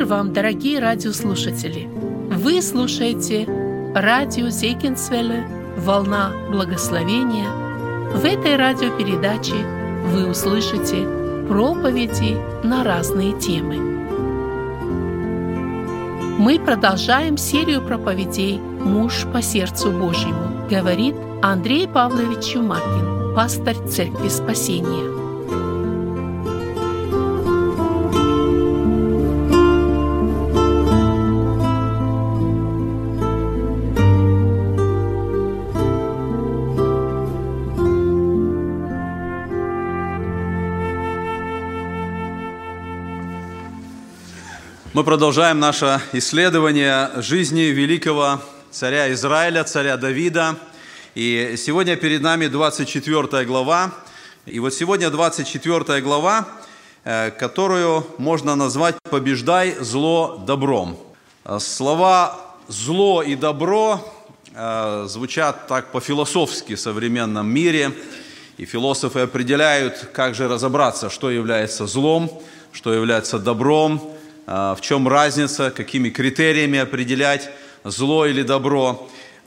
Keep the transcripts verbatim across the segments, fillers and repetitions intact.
вам, дорогие радиослушатели! Вы слушаете радио Зегенсвелле «Волна благословения». В этой радиопередаче вы услышите проповеди на разные темы. Мы продолжаем серию проповедей «Муж по сердцу Божьему», говорит Андрей Павлович Чумакин, пастырь Церкви Спасения. Мы продолжаем наше исследование жизни великого царя Израиля, царя Давида. И сегодня перед нами двадцать четвёртая глава. И вот сегодня двадцать четвёртая глава, которую можно назвать «Побеждай зло добром». Слова «зло» и «добро» звучат так по-философски в современном мире. И философы определяют, как же разобраться, что является злом, что является добром, в чем разница, какими критериями определять зло или добро.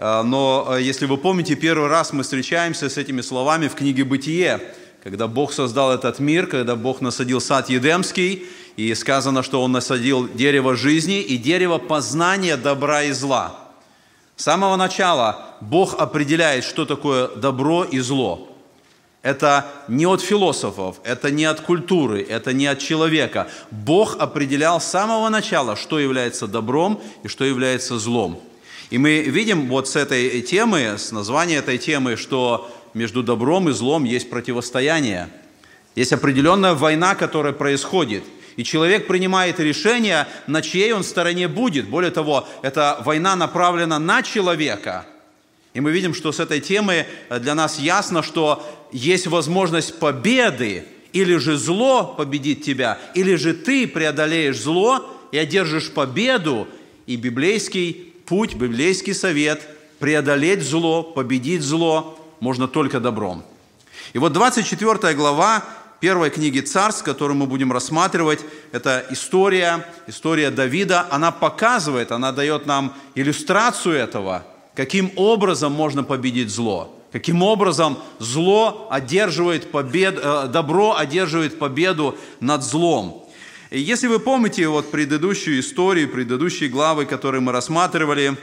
Но если вы помните, первый раз мы встречаемся с этими словами в книге «Бытие», когда Бог создал этот мир, когда Бог насадил сад Едемский, и сказано, что Он насадил дерево жизни и дерево познания добра и зла. С самого начала Бог определяет, что такое добро и зло. Это не от философов, это не от культуры, это не от человека. Бог определял с самого начала, что является добром и что является злом. И мы видим вот с этой темы, с названия этой темы, что между добром и злом есть противостояние. Есть определенная война, которая происходит. И человек принимает решение, на чьей он стороне будет. Более того, эта война направлена на человека. И мы видим, что с этой темы для нас ясно, что есть возможность победы, или же зло победит тебя, или же ты преодолеешь зло и одержишь победу. И библейский путь, библейский совет – преодолеть зло, победить зло можно только добром. И вот двадцать четвёртая глава первой книги Царств, которую мы будем рассматривать, это история, история Давида. Она показывает, она дает нам иллюстрацию этого, каким образом можно победить зло, каким образом зло одерживает победу, добро одерживает победу над злом. И если вы помните вот предыдущую историю, предыдущие главы, которые мы рассматривали,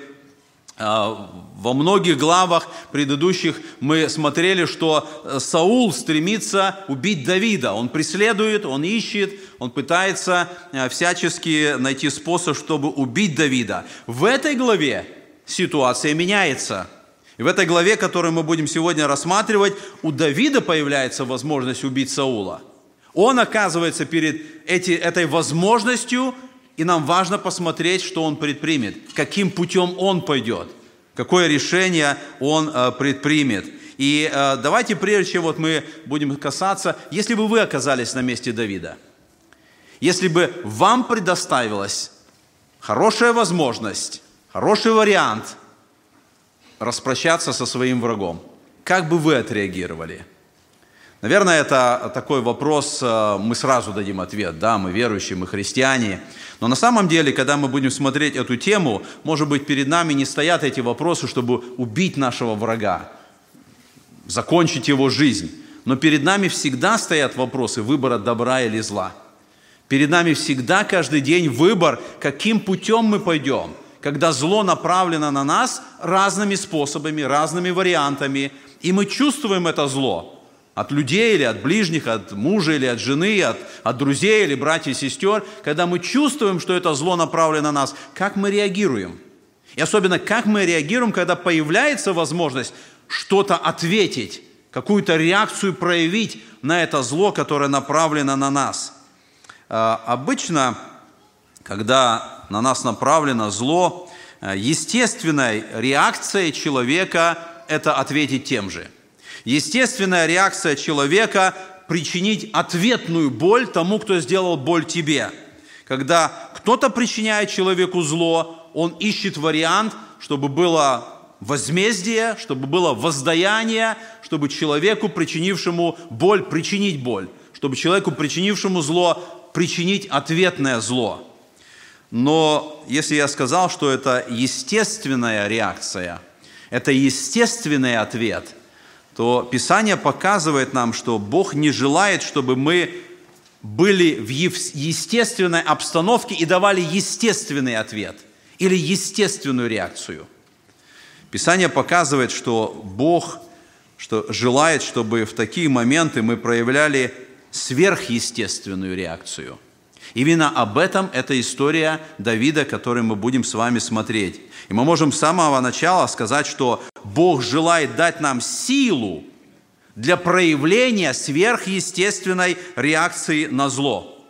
во многих главах предыдущих мы смотрели, что Саул стремится убить Давида. Он преследует, он ищет, он пытается всячески найти способ, чтобы убить Давида. В этой главе ситуация меняется. И в этой главе, которую мы будем сегодня рассматривать, у Давида появляется возможность убить Саула. Он оказывается перед эти, этой возможностью, и нам важно посмотреть, что он предпримет, каким путем он пойдет, какое решение он э, предпримет. И э, давайте, прежде чем вот мы будем касаться, если бы вы оказались на месте Давида, если бы вам предоставилась хорошая возможность, хороший вариант распрощаться со своим врагом, как бы вы отреагировали? Наверное, это такой вопрос, мы сразу дадим ответ, да, мы верующие, мы христиане. Но на самом деле, когда мы будем смотреть эту тему, может быть, перед нами не стоят эти вопросы, чтобы убить нашего врага, закончить его жизнь. Но перед нами всегда стоят вопросы выбора добра или зла. Перед нами всегда каждый день выбор, каким путем мы пойдем, когда зло направлено на нас разными способами, разными вариантами, и мы чувствуем это зло. От людей или от ближних, от мужа или от жены, от, от друзей или братьев и сестер, когда мы чувствуем, что это зло направлено на нас, как мы реагируем? И особенно, как мы реагируем, когда появляется возможность что-то ответить, какую-то реакцию проявить на это зло, которое направлено на нас. А, обычно, когда на нас направлено зло, естественной реакцией человека – это ответить тем же. Естественная реакция человека – причинить ответную боль тому, кто сделал боль тебе. Когда кто-то причиняет человеку зло, он ищет вариант, чтобы было возмездие, чтобы было воздаяние, чтобы человеку, причинившему боль, причинить боль, чтобы человеку, причинившему зло, причинить ответное зло. Но если я сказал, что это естественная реакция, это естественный ответ, то Писание показывает нам, что Бог не желает, чтобы мы были в естественной обстановке и давали естественный ответ или естественную реакцию. Писание показывает, что Бог что желает, чтобы в такие моменты мы проявляли сверхъестественную реакцию. Именно об этом эта история Давида, которую мы будем с вами смотреть. И мы можем с самого начала сказать, что Бог желает дать нам силу для проявления сверхъестественной реакции на зло.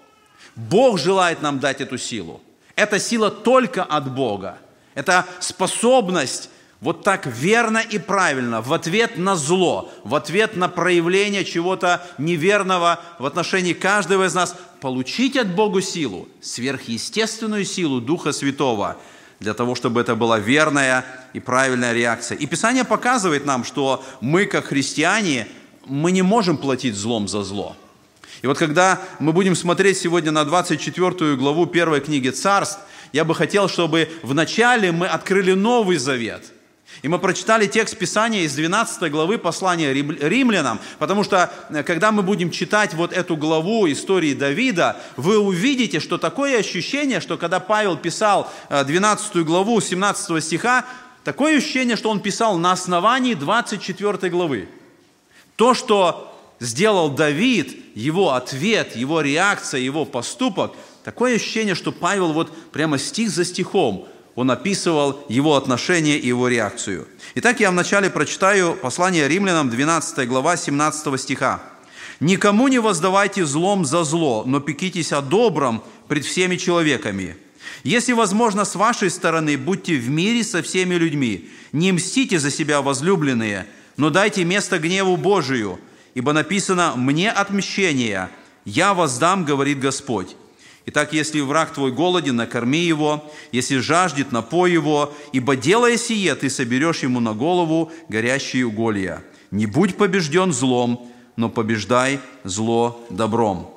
Бог желает нам дать эту силу. Эта сила только от Бога. Это способность вот так верно и правильно в ответ на зло, в ответ на проявление чего-то неверного в отношении каждого из нас, получить от Бога силу, сверхъестественную силу Духа Святого, для того, чтобы это была верная и правильная реакция. И Писание показывает нам, что мы, как христиане, мы не можем платить злом за зло. И вот когда мы будем смотреть сегодня на двадцать четвёртую главу первой книги Царств, я бы хотел, чтобы вначале мы открыли Новый Завет. И мы прочитали текст Писания из двенадцатой главы послания римлянам, потому что, когда мы будем читать вот эту главу истории Давида, вы увидите, что такое ощущение, что когда Павел писал двенадцатую главу семнадцатого стиха, такое ощущение, что он писал на основании двадцать четвёртой главы. То, что сделал Давид, его ответ, его реакция, его поступок, такое ощущение, что Павел вот прямо стих за стихом он описывал его отношение и его реакцию. Итак, я вначале прочитаю послание римлянам, двенадцатая глава, семнадцатого стиха. «Никому не воздавайте злом за зло, но пекитесь о добром пред всеми человеками. Если возможно, с вашей стороны, будьте в мире со всеми людьми. Не мстите за себя, возлюбленные, но дайте место гневу Божию, ибо написано: «Мне отмщение, я воздам, говорит Господь». Итак, если враг твой голоден, накорми его, если жаждет, напой его, ибо, делая сие, ты соберешь ему на голову горящие уголья. Не будь побежден злом, но побеждай зло добром».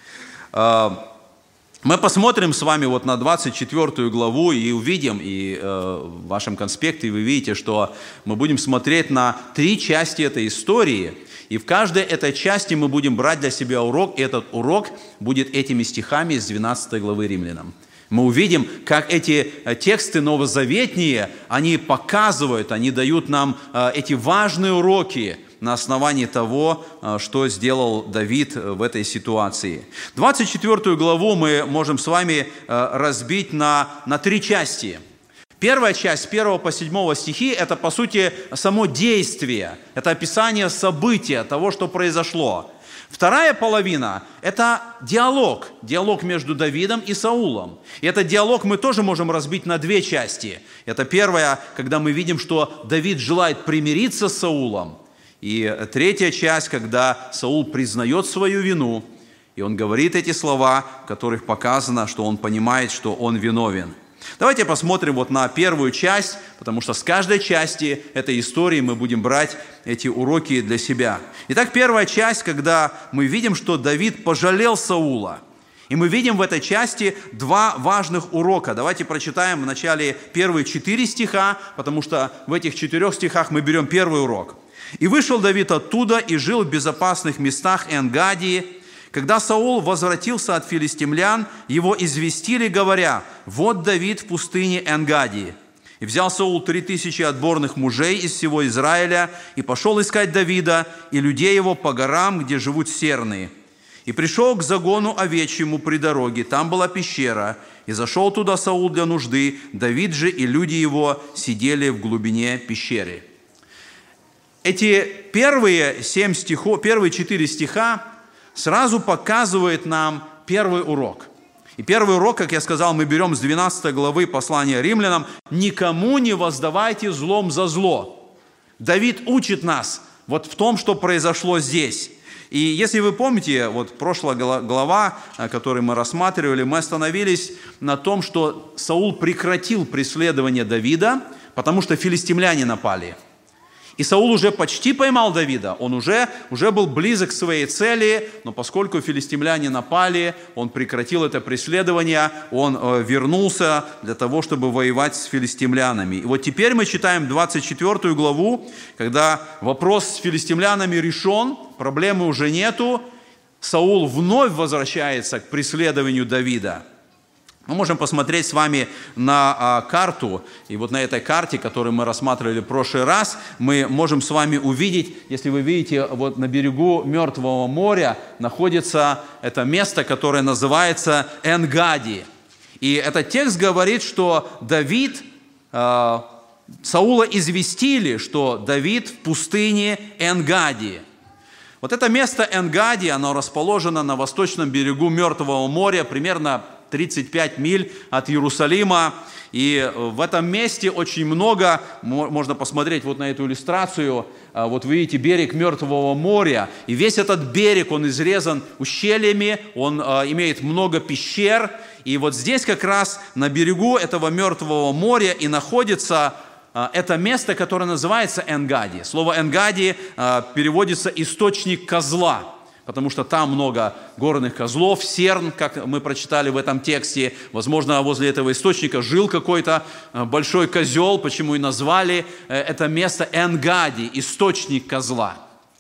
Мы посмотрим с вами вот на двадцать четвёртую главу и увидим, и э, в вашем конспекте вы видите, что мы будем смотреть на три части этой истории, и в каждой этой части мы будем брать для себя урок, и этот урок будет этими стихами из двенадцатой главы Римлянам. Мы увидим, как эти тексты новозаветные, они показывают, они дают нам э, эти важные уроки на основании того, что сделал Давид в этой ситуации. двадцать четвёртую главу мы можем с вами разбить на, на три части. Первая часть, с первого по седьмого стихи, это, по сути, само действие, это описание события, того, что произошло. Вторая половина – это диалог, диалог между Давидом и Саулом. И этот диалог мы тоже можем разбить на две части. Это первая, когда мы видим, что Давид желает примириться с Саулом. И третья часть, когда Саул признает свою вину, и он говорит эти слова, в которых показано, что он понимает, что он виновен. Давайте посмотрим вот на первую часть, потому что с каждой части этой истории мы будем брать эти уроки для себя. Итак, первая часть, когда мы видим, что Давид пожалел Саула. И мы видим в этой части два важных урока. Давайте прочитаем вначале первые четыре стиха, потому что в этих четырех стихах мы берем первый урок. «И вышел Давид оттуда и жил в безопасных местах Эн-Гадии. Когда Саул возвратился от филистимлян, его известили, говоря: вот Давид в пустыне Эн-Гадии. И взял Саул три тысячи отборных мужей из всего Израиля и пошел искать Давида и людей его по горам, где живут серные. И пришел к загону овечьему при дороге, там была пещера, и зашел туда Саул для нужды, Давид же и люди его сидели в глубине пещеры». Эти первые семь стихов, первые четыре стиха сразу показывают нам первый урок. И первый урок, как я сказал, мы берем с двенадцатой главы послания римлянам: «Никому не воздавайте злом за зло». Давид учит нас вот в том, что произошло здесь. И если вы помните, вот прошлая глава, которую мы рассматривали, мы остановились на том, что Саул прекратил преследование Давида, потому что филистимляне напали. И Саул уже почти поймал Давида, он уже, уже был близок к своей цели, но поскольку филистимляне напали, он прекратил это преследование, он э, вернулся для того, чтобы воевать с филистимлянами. И вот теперь мы читаем двадцать четвёртую главу, когда вопрос с филистимлянами решен, проблемы уже нету, Саул вновь возвращается к преследованию Давида. Мы можем посмотреть с вами на а, карту, и вот на этой карте, которую мы рассматривали в прошлый раз, мы можем с вами увидеть, если вы видите, вот на берегу Мертвого моря находится это место, которое называется Эн-Гади. И этот текст говорит, что Давид, э, Саула известили, что Давид в пустыне Эн-Гади. Вот это место Эн-Гади, оно расположено на восточном берегу Мертвого моря, примерно тридцать пять миль от Иерусалима. И в этом месте очень много, можно посмотреть вот на эту иллюстрацию, вот вы видите берег Мертвого моря, и весь этот берег, он изрезан ущельями, он имеет много пещер, и вот здесь как раз на берегу этого Мертвого моря и находится это место, которое называется Эн-Гади. Слово Эн-Гади переводится «источник козла», потому что там много горных козлов, серн, как мы прочитали в этом тексте. Возможно, возле этого источника жил какой-то большой козел, почему и назвали это место Эн-Гади, источник козла.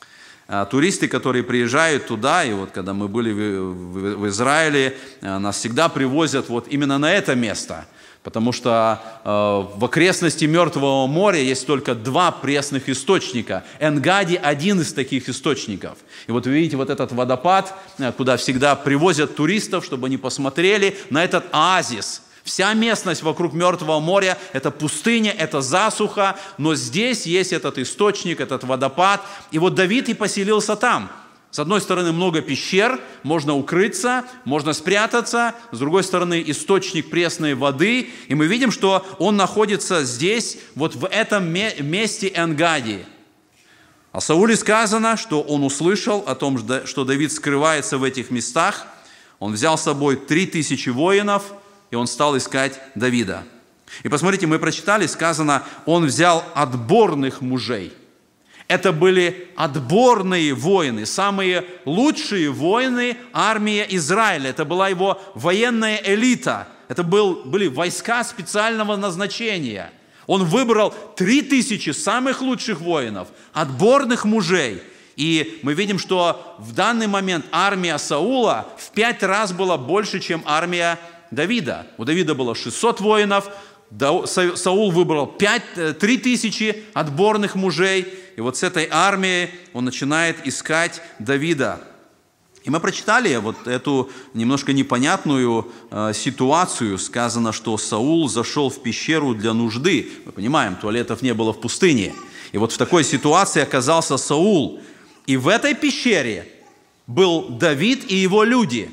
Туристы, которые приезжают туда, и вот когда мы были в Израиле, нас всегда привозят вот именно на это место, потому что э, в окрестности Мертвого моря есть только два пресных источника. Эн-Гади – один из таких источников. И вот вы видите вот этот водопад, куда всегда привозят туристов, чтобы они посмотрели на этот оазис. Вся местность вокруг Мертвого моря – это пустыня, это засуха, но здесь есть этот источник, этот водопад. И вот Давид и поселился там. С одной стороны, много пещер, можно укрыться, можно спрятаться. С другой стороны, источник пресной воды. И мы видим, что он находится здесь, вот в этом месте Эн-Гади. О Сауле сказано, что он услышал о том, что Давид скрывается в этих местах. Он взял с собой три тысячи воинов, и он стал искать Давида. И посмотрите, мы прочитали, сказано, он взял отборных мужей. Это были отборные воины, самые лучшие воины армии Израиля. Это была его военная элита. Это был, были войска специального назначения. Он выбрал три тысячи самых лучших воинов, отборных мужей. И мы видим, что в данный момент армия Саула в пять раз была больше, чем армия Давида. У Давида было шестьсот воинов, Саул выбрал три тысячи отборных мужей, и вот с этой армией он начинает искать Давида. И мы прочитали вот эту немножко непонятную э, ситуацию. Сказано, что Саул зашел в пещеру для нужды. Мы понимаем, туалетов не было в пустыне. И вот в такой ситуации оказался Саул. И в этой пещере был Давид и его люди.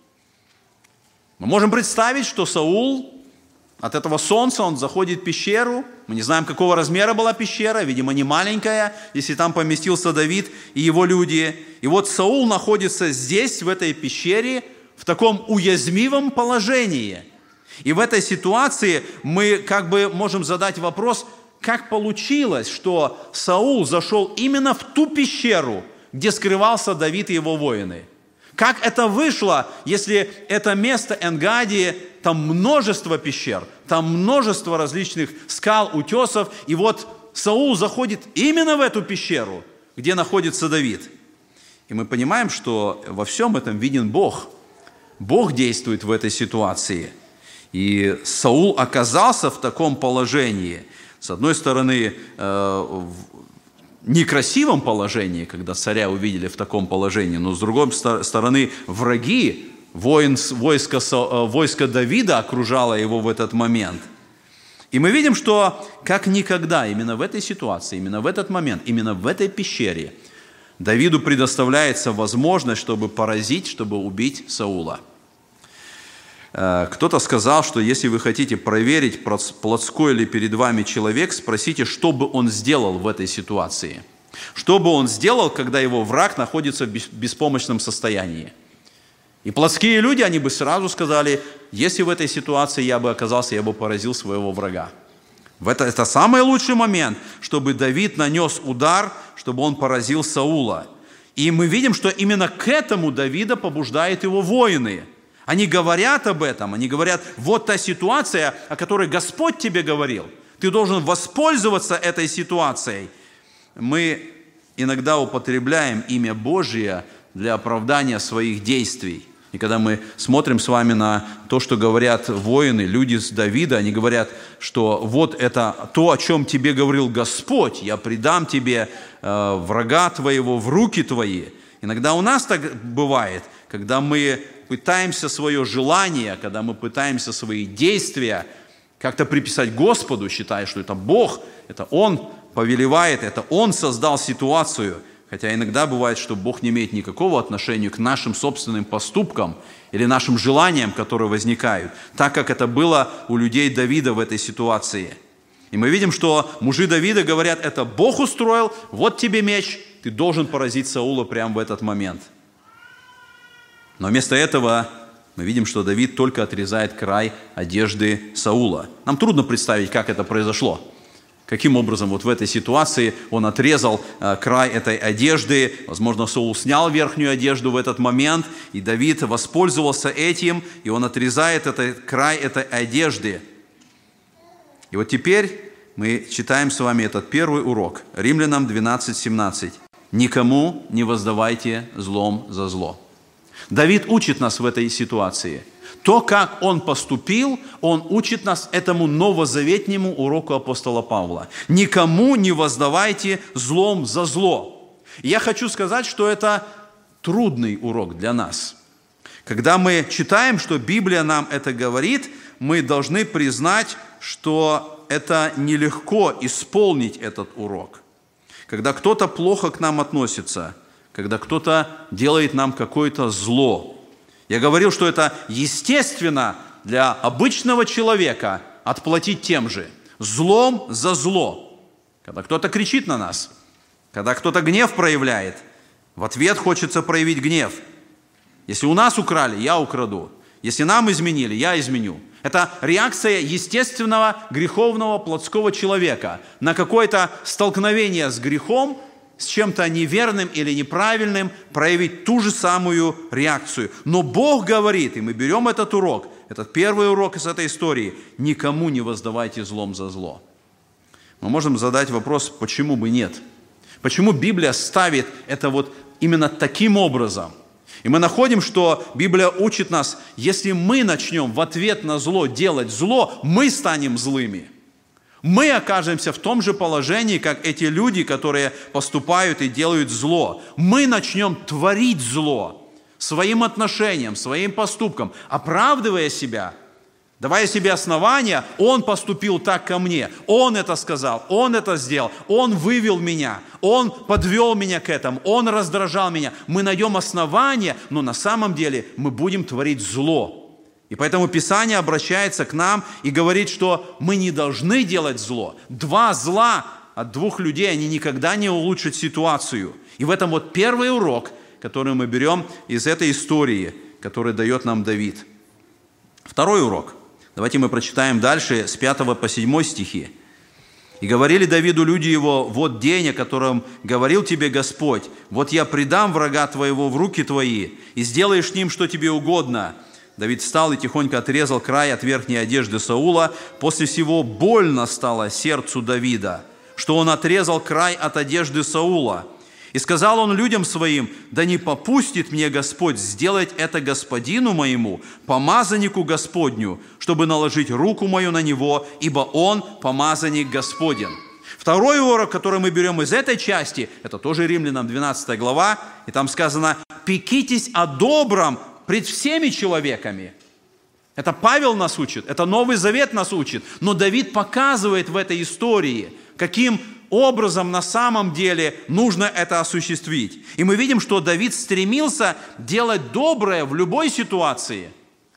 Мы можем представить, что Саул... От этого солнца он заходит в пещеру. Мы не знаем, какого размера была пещера. Видимо, не маленькая, если там поместился Давид и его люди. И вот Саул находится здесь, в этой пещере, в таком уязвимом положении. И в этой ситуации мы как бы можем задать вопрос, как получилось, что Саул зашел именно в ту пещеру, где скрывался Давид и его воины. Как это вышло, если это место Эн-Гади, там множество пещер, там множество различных скал, утесов, и вот Саул заходит именно в эту пещеру, где находится Давид. И мы понимаем, что во всем этом виден Бог. Бог действует в этой ситуации. И Саул оказался в таком положении. С одной стороны, в некрасивом положении, когда царя увидели в таком положении, но с другой стороны, враги, воин, войско, войско Давида окружало его в этот момент. И мы видим, что как никогда именно в этой ситуации, именно в этот момент, именно в этой пещере Давиду предоставляется возможность, чтобы поразить, чтобы убить Саула. Кто-то сказал, что если вы хотите проверить, плотской ли перед вами человек, спросите, что бы он сделал в этой ситуации. Что бы он сделал, когда его враг находится в беспомощном состоянии. И плотские люди, они бы сразу сказали, если в этой ситуации я бы оказался, я бы поразил своего врага. Это, это самый лучший момент, чтобы Давид нанес удар, чтобы он поразил Саула. И мы видим, что именно к этому Давида побуждают его воины. Они говорят об этом, они говорят, вот та ситуация, о которой Господь тебе говорил. Ты должен воспользоваться этой ситуацией. Мы иногда употребляем имя Божие для оправдания своих действий. И когда мы смотрим с вами на то, что говорят воины, люди с Давида, они говорят, что вот это то, о чем тебе говорил Господь, я предам тебе э, врага твоего в руки твои. Иногда у нас так бывает, когда мы пытаемся свое желание, когда мы пытаемся свои действия как-то приписать Господу, считая, что это Бог, это Он повелевает, это Он создал ситуацию. Хотя иногда бывает, что Бог не имеет никакого отношения к нашим собственным поступкам или нашим желаниям, которые возникают, так как это было у людей Давида в этой ситуации. И мы видим, что мужи Давида говорят, это Бог устроил, вот тебе меч, ты должен поразить Саула прямо в этот момент. Но вместо этого мы видим, что Давид только отрезает край одежды Саула. Нам трудно представить, как это произошло. Каким образом вот в этой ситуации он отрезал э, край этой одежды. Возможно, Саул снял верхнюю одежду в этот момент, и Давид воспользовался этим, и он отрезает этот край этой одежды. И вот теперь мы читаем с вами этот первый урок. Римлянам двенадцать семнадцать. «Никому не воздавайте злом за зло». Давид учит нас в этой ситуации. То, как он поступил, он учит нас этому новозаветнему уроку апостола Павла. Никому не воздавайте злом за зло. И я хочу сказать, что это трудный урок для нас. Когда мы читаем, что Библия нам это говорит, мы должны признать, что это нелегко исполнить этот урок. Когда кто-то плохо к нам относится, когда кто-то делает нам какое-то зло, я говорил, что это естественно для обычного человека отплатить тем же. Злом за зло. Когда кто-то кричит на нас, когда кто-то гнев проявляет, в ответ хочется проявить гнев. Если у нас украли, я украду. Если нам изменили, я изменю. Это реакция естественного греховного плотского человека на какое-то столкновение с грехом, с чем-то неверным или неправильным, проявить ту же самую реакцию. Но Бог говорит, и мы берем этот урок, этот первый урок из этой истории, никому не воздавайте злом за зло. Мы можем задать вопрос, почему бы нет? Почему Библия ставит это вот именно таким образом? И мы находим, что Библия учит нас, если мы начнем в ответ на зло делать зло, мы станем злыми. Мы окажемся в том же положении, как эти люди, которые поступают и делают зло. Мы начнем творить зло своим отношением, своим поступком, оправдывая себя, давая себе основания, он поступил так ко мне, он это сказал, он это сделал, он вывел меня, он подвел меня к этому, он раздражал меня. Мы найдем основания, но на самом деле мы будем творить зло. И поэтому Писание обращается к нам и говорит, что мы не должны делать зло. Два зла от двух людей, они никогда не улучшат ситуацию. И в этом вот первый урок, который мы берем из этой истории, который дает нам Давид. Второй урок. Давайте мы прочитаем дальше с пятого по седьмой стихи. «И говорили Давиду люди его, вот день, о котором говорил тебе Господь, вот я предам врага твоего в руки твои, и сделаешь с ним, что тебе угодно». Давид встал и тихонько отрезал край от верхней одежды Саула. После всего больно стало сердцу Давида, что он отрезал край от одежды Саула. И сказал он людям своим, да не попустит мне Господь сделать это господину моему, помазаннику Господню, чтобы наложить руку мою на него, ибо он помазанник Господен. Второй урок, который мы берем из этой части, это тоже Римлянам двенадцатая глава, и там сказано, пекитесь о добром пред всеми человеками. Это Павел нас учит, это Новый Завет нас учит. Но Давид показывает в этой истории, каким образом на самом деле нужно это осуществить. И мы видим, что Давид стремился делать доброе в любой ситуации.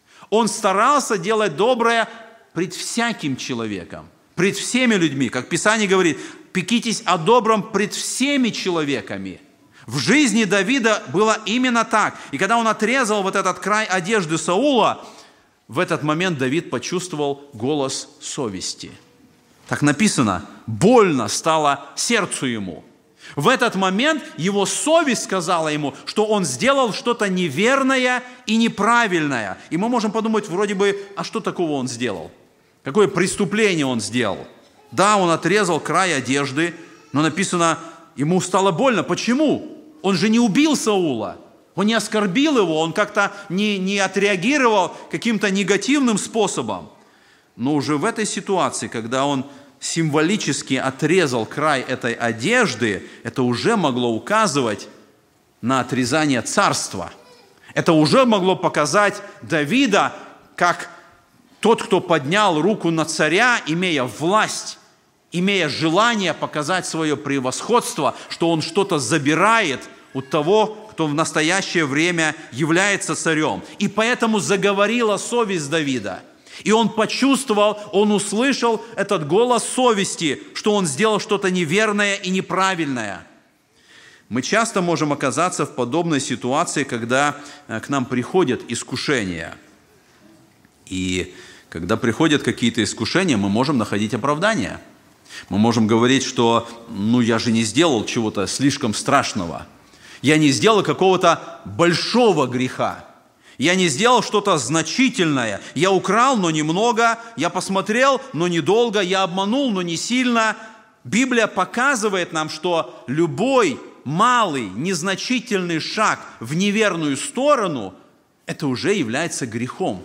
Он старался делать доброе пред всяким человеком, пред всеми людьми. Как Писание говорит, пекитесь о добром пред всеми человеками. В жизни Давида было именно так. И когда он отрезал вот этот край одежды Саула, в этот момент Давид почувствовал голос совести. Так написано, больно стало сердцу ему. В этот момент его совесть сказала ему, что он сделал что-то неверное и неправильное. И мы можем подумать, вроде бы, а что такого он сделал? Какое преступление он сделал? Да, он отрезал край одежды, но написано, ему стало больно. Почему? Он же не убил Саула, он не оскорбил его, он как-то не, не отреагировал каким-то негативным способом. Но уже в этой ситуации, когда он символически отрезал край этой одежды, это уже могло указывать на отрезание царства. Это уже могло показать Давида как тот, кто поднял руку на царя, имея власть, имея желание показать свое превосходство, что он что-то забирает у того, кто в настоящее время является царем. И поэтому заговорила совесть Давида. И он почувствовал, он услышал этот голос совести, что он сделал что-то неверное и неправильное. Мы часто можем оказаться в подобной ситуации, когда к нам приходят искушения. И когда приходят какие-то искушения, мы можем находить оправдания. Мы можем говорить, что ну я же не сделал чего-то слишком страшного. Я не сделал какого-то большого греха. Я не сделал что-то значительное. Я украл, но немного. Я посмотрел, но недолго. Я обманул, но не сильно. Библия показывает нам, что любой малый, незначительный шаг в неверную сторону, это уже является грехом.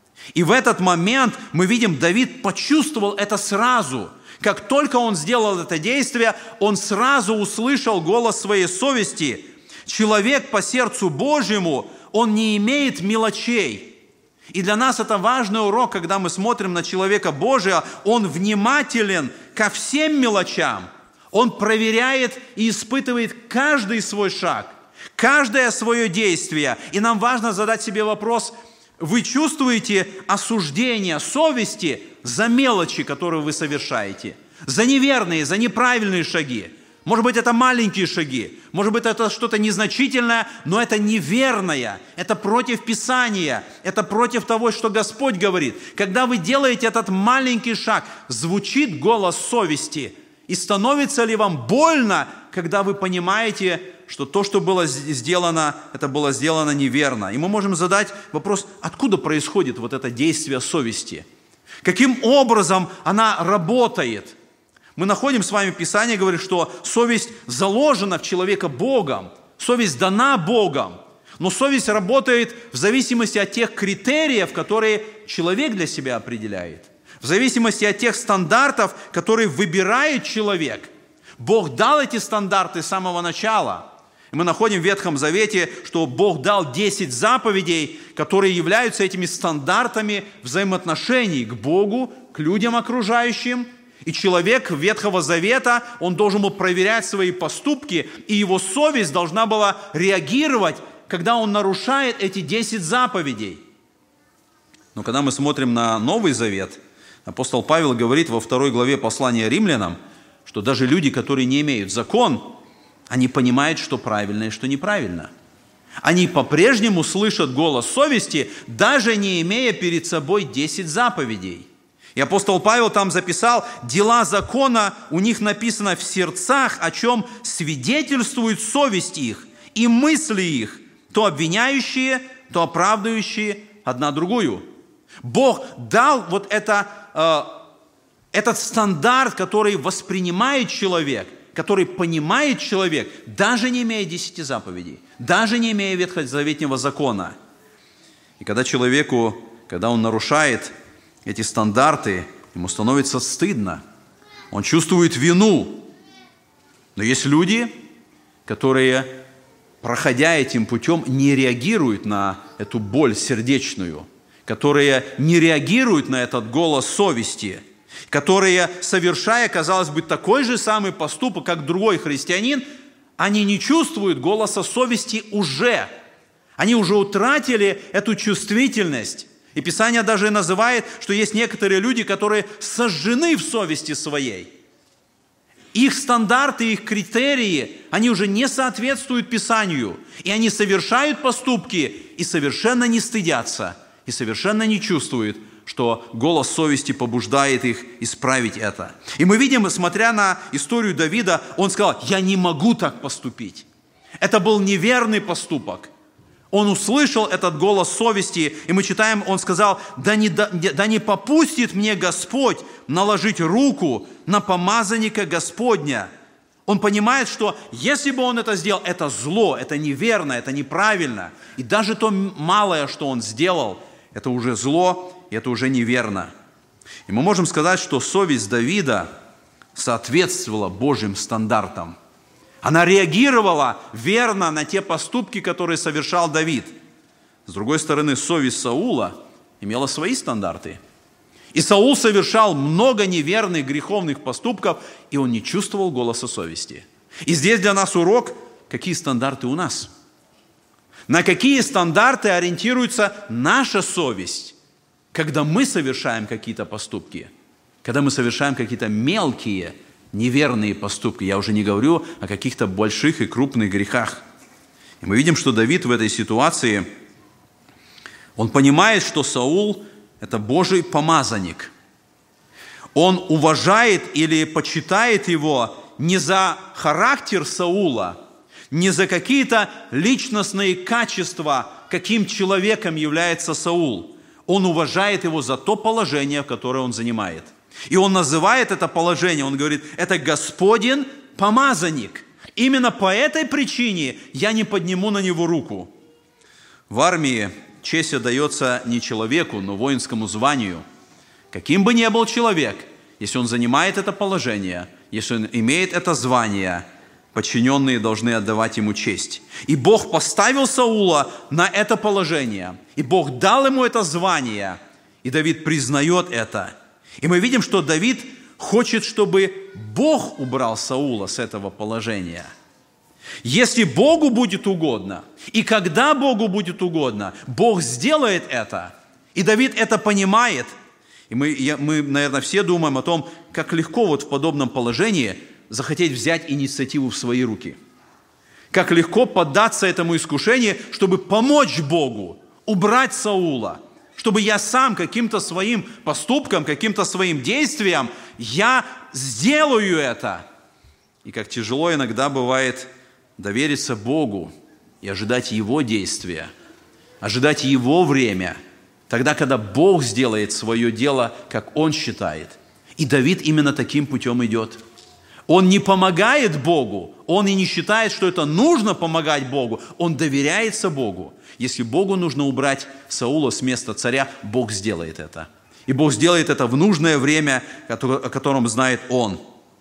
И в этот момент мы видим, Давид почувствовал это сразу. Как только он сделал это действие, он сразу услышал голос своей совести. Человек по сердцу Божьему, он не имеет мелочей. И для нас это важный урок, когда мы смотрим на человека Божия, он внимателен ко всем мелочам. Он проверяет и испытывает каждый свой шаг, каждое свое действие. И нам важно задать себе вопрос, вы чувствуете осуждение совести за мелочи, которые вы совершаете, за неверные, за неправильные шаги? Может быть, это маленькие шаги, может быть, это что-то незначительное, но это неверное, это против Писания, это против того, что Господь говорит. Когда вы делаете этот маленький шаг, звучит голос совести, и становится ли вам больно, когда вы понимаете, что то, что было сделано, это было сделано неверно. И мы можем задать вопрос, откуда происходит вот это действие совести? Каким образом она работает? Мы находим с вами Писание, говорит, что совесть заложена в человека Богом, совесть дана Богом, но совесть работает в зависимости от тех критериев, которые человек для себя определяет, в зависимости от тех стандартов, которые выбирает человек. Бог дал эти стандарты с самого начала. И мы находим в Ветхом Завете, что Бог дал десять заповедей, которые являются этими стандартами взаимоотношений к Богу, к людям окружающим. И человек Ветхого Завета, он должен был проверять свои поступки, и его совесть должна была реагировать, когда он нарушает эти десять заповедей. Но когда мы смотрим на Новый Завет, апостол Павел говорит во второй главе послания Римлянам, что даже люди, которые не имеют закон, они понимают, что правильно и что неправильно. Они по-прежнему слышат голос совести, даже не имея перед собой десять заповедей. И апостол Павел там записал, дела закона у них написано в сердцах, о чем свидетельствует совесть их и мысли их, то обвиняющие, то оправдывающие одна другую. Бог дал вот это, э, этот стандарт, который воспринимает человек, который понимает человек, даже не имея десяти заповедей, даже не имея ветхозаветнего закона. И когда человеку, когда он нарушает эти стандарты, ему становится стыдно. Он чувствует вину. Но есть люди, которые, проходя этим путем, не реагируют на эту боль сердечную, которые не реагируют на этот голос совести, которые, совершая, казалось бы, такой же самый поступок, как другой христианин, они не чувствуют голоса совести уже. Они уже утратили эту чувствительность. И Писание даже называет, что есть некоторые люди, которые сожжены в совести своей. Их стандарты, их критерии, они уже не соответствуют Писанию. И они совершают поступки и совершенно не стыдятся. и совершенно не чувствуют, что голос совести побуждает их исправить это. И мы видим, смотря на историю Давида, он сказал: «Я не могу так поступить». Это был неверный поступок. Он услышал этот голос совести, и мы читаем, он сказал: «Да не, да, да не попустит мне Господь наложить руку на помазанника Господня». Он понимает, что если бы он это сделал, это зло, это неверно, это неправильно. И даже то малое, что он сделал, это уже зло, и это уже неверно. И мы можем сказать, что совесть Давида соответствовала Божьим стандартам. Она реагировала верно на те поступки, которые совершал Давид. С другой стороны, совесть Саула имела свои стандарты. И Саул совершал много неверных, греховных поступков, и он не чувствовал голоса совести. И здесь для нас урок, какие стандарты у нас. На какие стандарты ориентируется наша совесть, когда мы совершаем какие-то поступки, когда мы совершаем какие-то мелкие, неверные поступки. Я уже не говорю о каких-то больших и крупных грехах. И мы видим, что Давид в этой ситуации, он понимает, что Саул – это Божий помазанник. Он уважает или почитает его не за характер Саула, не за какие-то личностные качества, каким человеком является Саул. Он уважает его за то положение, которое он занимает. И он называет это положение, он говорит: это Господин помазанник. Именно по этой причине я не подниму на него руку. В армии честь отдается не человеку, но воинскому званию. Каким бы ни был человек, если он занимает это положение, если он имеет это звание, подчиненные должны отдавать ему честь. И Бог поставил Саула на это положение, и Бог дал ему это звание, и Давид признает это. И мы видим, что Давид хочет, чтобы Бог убрал Саула с этого положения. Если Богу будет угодно, и когда Богу будет угодно, Бог сделает это. И Давид это понимает. И мы, я, мы, наверное, все думаем о том, как легко вот в подобном положении захотеть взять инициативу в свои руки. Как легко поддаться этому искушению, чтобы помочь Богу убрать Саула. Чтобы я сам каким-то своим поступком, каким-то своим действием, я сделаю это. И как тяжело иногда бывает довериться Богу и ожидать Его действия, ожидать Его время, тогда, когда Бог сделает свое дело, как Он считает. И Давид именно таким путем идет. Он не помогает Богу, он и не считает, что это нужно помогать Богу, он доверяется Богу. Если Богу нужно убрать Саула с места царя, Бог сделает это. И Бог сделает это в нужное время, о котором знает Он.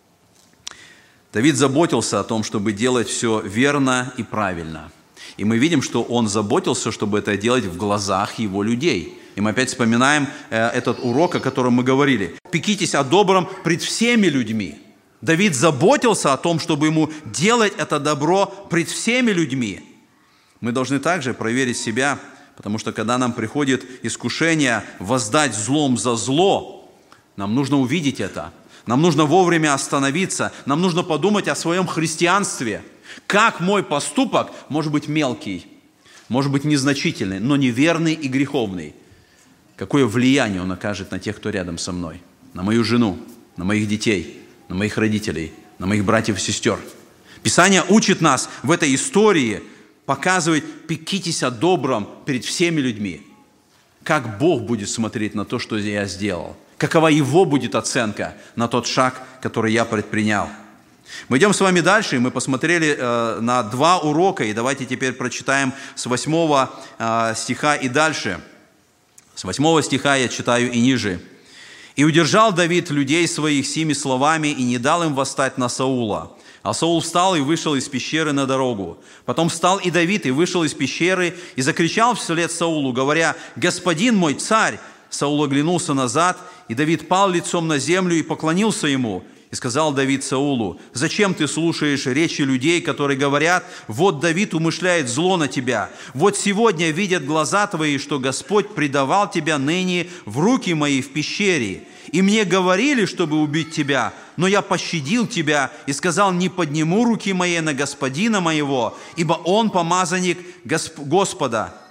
Давид заботился о том, чтобы делать все верно и правильно. И мы видим, что он заботился, чтобы это делать в глазах его людей. И мы опять вспоминаем этот урок, о котором мы говорили. «Пекитесь о добром пред всеми людьми». Давид заботился о том, чтобы ему делать это добро пред всеми людьми. Мы должны также проверить себя, потому что когда нам приходит искушение воздать злом за зло, нам нужно увидеть это. Нам нужно вовремя остановиться, нам нужно подумать о своем христианстве. Как мой поступок может быть мелкий, может быть незначительный, но неверный и греховный? Какое влияние он окажет на тех, кто рядом со мной? На мою жену, на моих детей, на моих родителей, на моих братьев и сестер. Писание учит нас в этой истории, показывает: пекитесь о добром перед всеми людьми. Как Бог будет смотреть на то, что я сделал? Какова Его будет оценка на тот шаг, который я предпринял? Мы идем с вами дальше, и мы посмотрели э, на два урока, и давайте теперь прочитаем с восьмого э, стиха и дальше. С восьмого стиха я читаю и ниже. «И удержал Давид людей своих сими словами, и не дал им восстать на Саула. А Саул встал и вышел из пещеры на дорогу. Потом встал и Давид, и вышел из пещеры, и закричал вслед Саулу, говоря: „Господин мой царь!“ Саул оглянулся назад, и Давид пал лицом на землю и поклонился ему. И сказал Давид Саулу: „Зачем ты слушаешь речи людей, которые говорят: вот Давид умышляет зло на тебя? Вот сегодня видят глаза твои, что Господь предавал тебя ныне в руки мои в пещере. И мне говорили, чтобы убить тебя, но я пощадил тебя и сказал: не подниму руки мои на господина моего, ибо он помазанник Господа.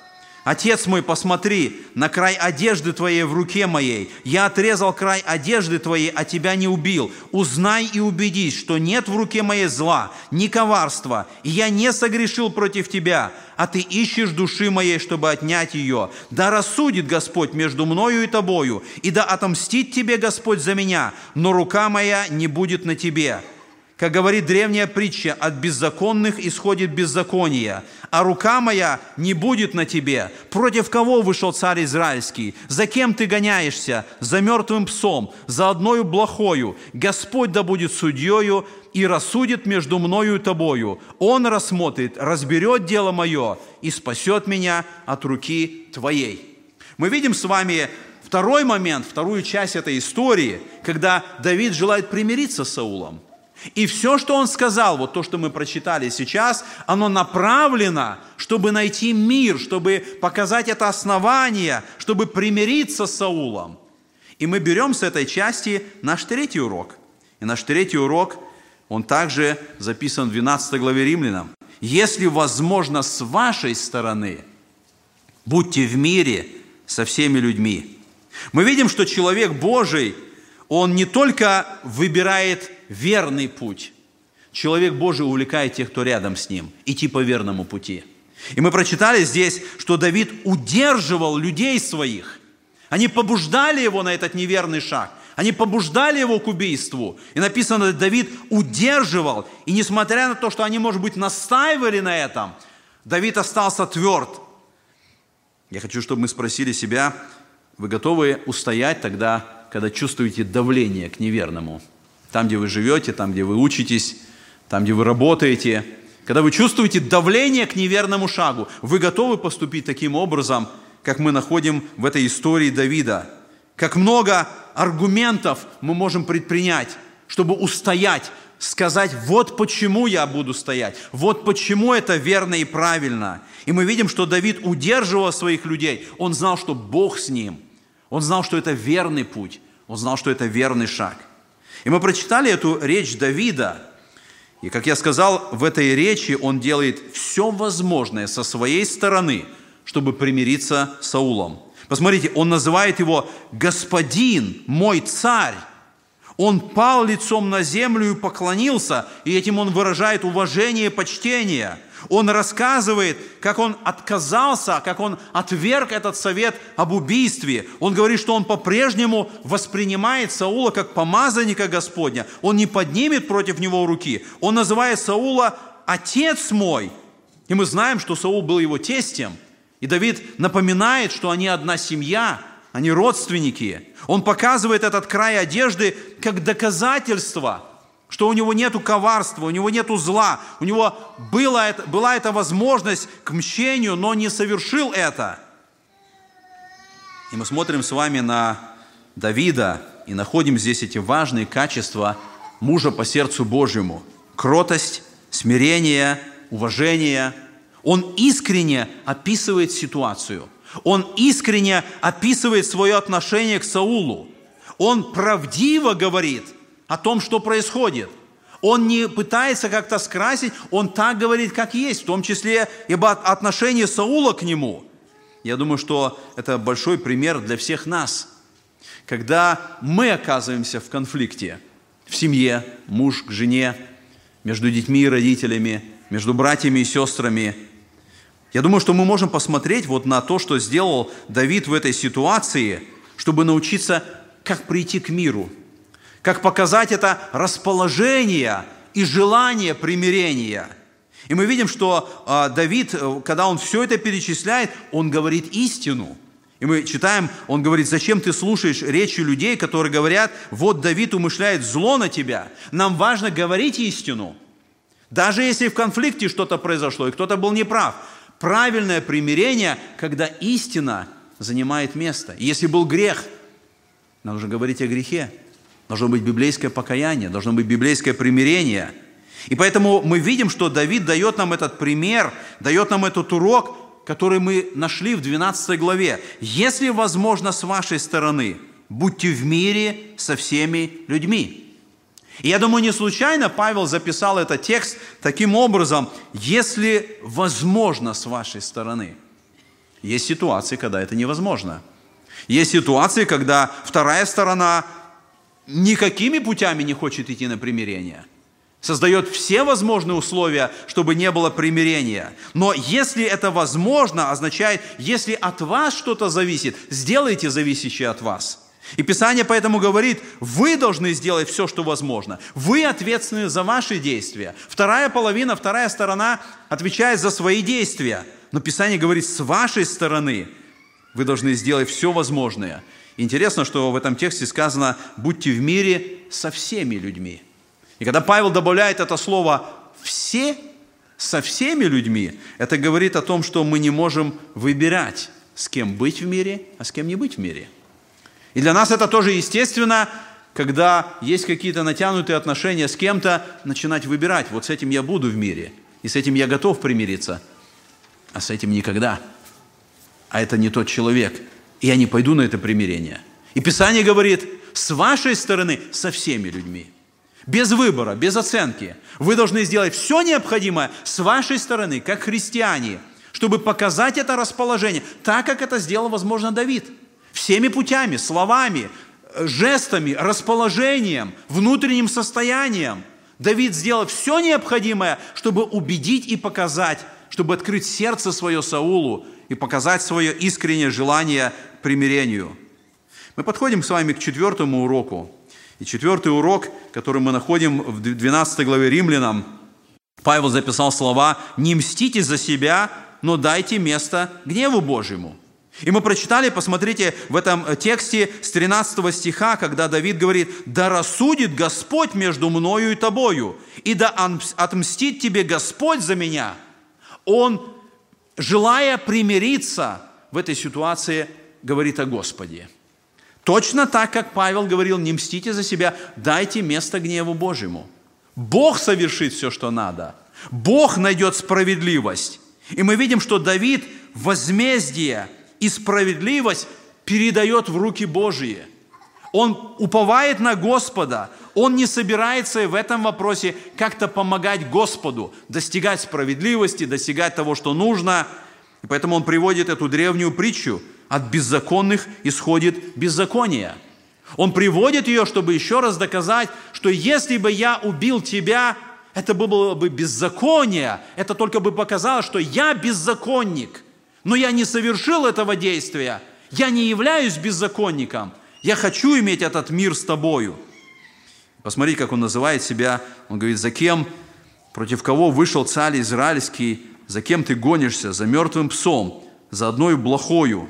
Отец мой, посмотри, на край одежды твоей в руке моей. Я отрезал край одежды твоей, а тебя не убил. Узнай и убедись, что нет в руке моей зла, ни коварства, и я не согрешил против тебя, а ты ищешь души моей, чтобы отнять ее. Да рассудит Господь между мною и тобою, и да отомстит тебе Господь за меня, но рука моя не будет на тебе. Как говорит древняя притча, от беззаконных исходит беззаконие, а рука моя не будет на тебе. Против кого вышел царь израильский? За кем ты гоняешься? За мертвым псом, за одною блохою. Господь да будет судьею и рассудит между мною и тобою. Он рассмотрит, разберет дело мое и спасет меня от руки твоей. Мы видим с вами второй момент, вторую часть этой истории, когда Давид желает примириться с Саулом. И все, что он сказал, вот то, что мы прочитали сейчас, оно направлено, чтобы найти мир, чтобы показать это основание, чтобы примириться с Саулом. И мы берем с этой части наш третий урок. И наш третий урок, он также записан в двенадцатой главе Римлянам. «Если возможно с вашей стороны, будьте в мире со всеми людьми». Мы видим, что человек Божий, он не только выбирает верный путь. Человек Божий увлекает тех, кто рядом с ним, идти по верному пути. И мы прочитали здесь, что Давид удерживал людей своих. Они побуждали его на этот неверный шаг. Они побуждали его к убийству. И написано, Давид удерживал. И несмотря на то, что они, может быть, настаивали на этом, Давид остался тверд. Я хочу, чтобы мы спросили себя, вы готовы устоять тогда, когда чувствуете давление к неверному? Там, где вы живете, там, где вы учитесь, там, где вы работаете. Когда вы чувствуете давление к неверному шагу, вы готовы поступить таким образом, как мы находим в этой истории Давида? Как много аргументов мы можем предпринять, чтобы устоять, сказать, вот почему я буду стоять, вот почему это верно и правильно. И мы видим, что Давид удерживал своих людей. Он знал, что Бог с ним. Он знал, что это верный путь. Он знал, что это верный шаг. И мы прочитали эту речь Давида, и, как я сказал, в этой речи он делает все возможное со своей стороны, чтобы примириться с Саулом. Посмотрите, он называет его «господин, мой царь». Он пал лицом на землю и поклонился, и этим он выражает уважение и почтение. Он рассказывает, как он отказался, как он отверг этот совет об убийстве. Он говорит, что он по-прежнему воспринимает Саула как помазанника Господня. Он не поднимет против него руки. Он называет Саула «отец мой». И мы знаем, что Саул был его тестем. И Давид напоминает, что они одна семья, они родственники. Он показывает этот край одежды как доказательство, что у него нету коварства, у него нету зла, у него была, была эта возможность к мщению, но не совершил это. И мы смотрим с вами на Давида и находим здесь эти важные качества мужа по сердцу Божьему. Кротость, смирение, уважение. Он искренне описывает ситуацию. Он искренне описывает свое отношение к Саулу. Он правдиво говорит о том, что происходит. Он не пытается как-то скрасить, он так говорит, как есть, в том числе и об отношении Саула к нему. Я думаю, что это большой пример для всех нас. Когда мы оказываемся в конфликте в семье, муж к жене, между детьми и родителями, между братьями и сестрами, я думаю, что мы можем посмотреть вот на то, что сделал Давид в этой ситуации, чтобы научиться, как прийти к миру, как показать это расположение и желание примирения. И мы видим, что Давид, когда он все это перечисляет, он говорит истину. И мы читаем, он говорит, зачем ты слушаешь речи людей, которые говорят, вот Давид умышляет зло на тебя. Нам важно говорить истину. Даже если в конфликте что-то произошло, и кто-то был неправ. Правильное примирение, когда истина занимает место. И если был грех, нужно говорить о грехе. Должно быть библейское покаяние, должно быть библейское примирение. И поэтому мы видим, что Давид дает нам этот пример, дает нам этот урок, который мы нашли в двенадцатой главе. Если возможно с вашей стороны, будьте в мире со всеми людьми. И я думаю, не случайно Павел записал этот текст таким образом, если возможно с вашей стороны. Есть ситуации, когда это невозможно. Есть ситуации, когда вторая сторона никакими путями не хочет идти на примирение. Создает все возможные условия, чтобы не было примирения. Но если это возможно, означает, если от вас что-то зависит, сделайте зависящее от вас. И Писание поэтому говорит, вы должны сделать все, что возможно. Вы ответственны за ваши действия. Вторая половина, вторая сторона отвечает за свои действия. Но Писание говорит, с вашей стороны вы должны сделать все возможное. Интересно, что в этом тексте сказано, будьте в мире со всеми людьми. И когда Павел добавляет это слово «все», со всеми людьми, это говорит о том, что мы не можем выбирать, с кем быть в мире, а с кем не быть в мире. И для нас это тоже естественно, когда есть какие-то натянутые отношения с кем-то, начинать выбирать, вот с этим я буду в мире, и с этим я готов примириться, а с этим никогда. А это не тот человек, и я не пойду на это примирение. И Писание говорит, с вашей стороны, со всеми людьми. Без выбора, без оценки. Вы должны сделать все необходимое с вашей стороны, как христиане, чтобы показать это расположение, так, как это сделал, возможно, Давид. Всеми путями, словами, жестами, расположением, внутренним состоянием. Давид сделал все необходимое, чтобы убедить и показать, чтобы открыть сердце свое Саулу и показать свое искреннее желание к примирению. Мы подходим с вами к четвертому уроку. И четвертый урок, который мы находим в двенадцатой главе Римлянам, Павел записал слова «Не мстите за себя, но дайте место гневу Божьему». И мы прочитали, посмотрите, в этом тексте с тринадцатого стиха, когда Давид говорит «Да рассудит Господь между мною и тобою, и да отмстит тебе Господь за меня». Он, желая примириться в этой ситуации, говорит о Господе. Точно так, как Павел говорил, не мстите за себя, дайте место гневу Божьему. Бог совершит все, что надо. Бог найдет справедливость. И мы видим, что Давид возмездие и справедливость передает в руки Божьи. Он уповает на Господа. Он не собирается в этом вопросе как-то помогать Господу, достигать справедливости, достигать того, что нужно. И поэтому он приводит эту древнюю притчу: от беззаконных исходит беззаконие. Он приводит ее, чтобы еще раз доказать, что если бы я убил тебя, это было бы беззаконие, это только бы показало, что я беззаконник, но я не совершил этого действия, я не являюсь беззаконником, я хочу иметь этот мир с тобою. Посмотрите, как он называет себя, он говорит, за кем, против кого вышел царь израильский, за кем ты гонишься, за мертвым псом, за одной блохою.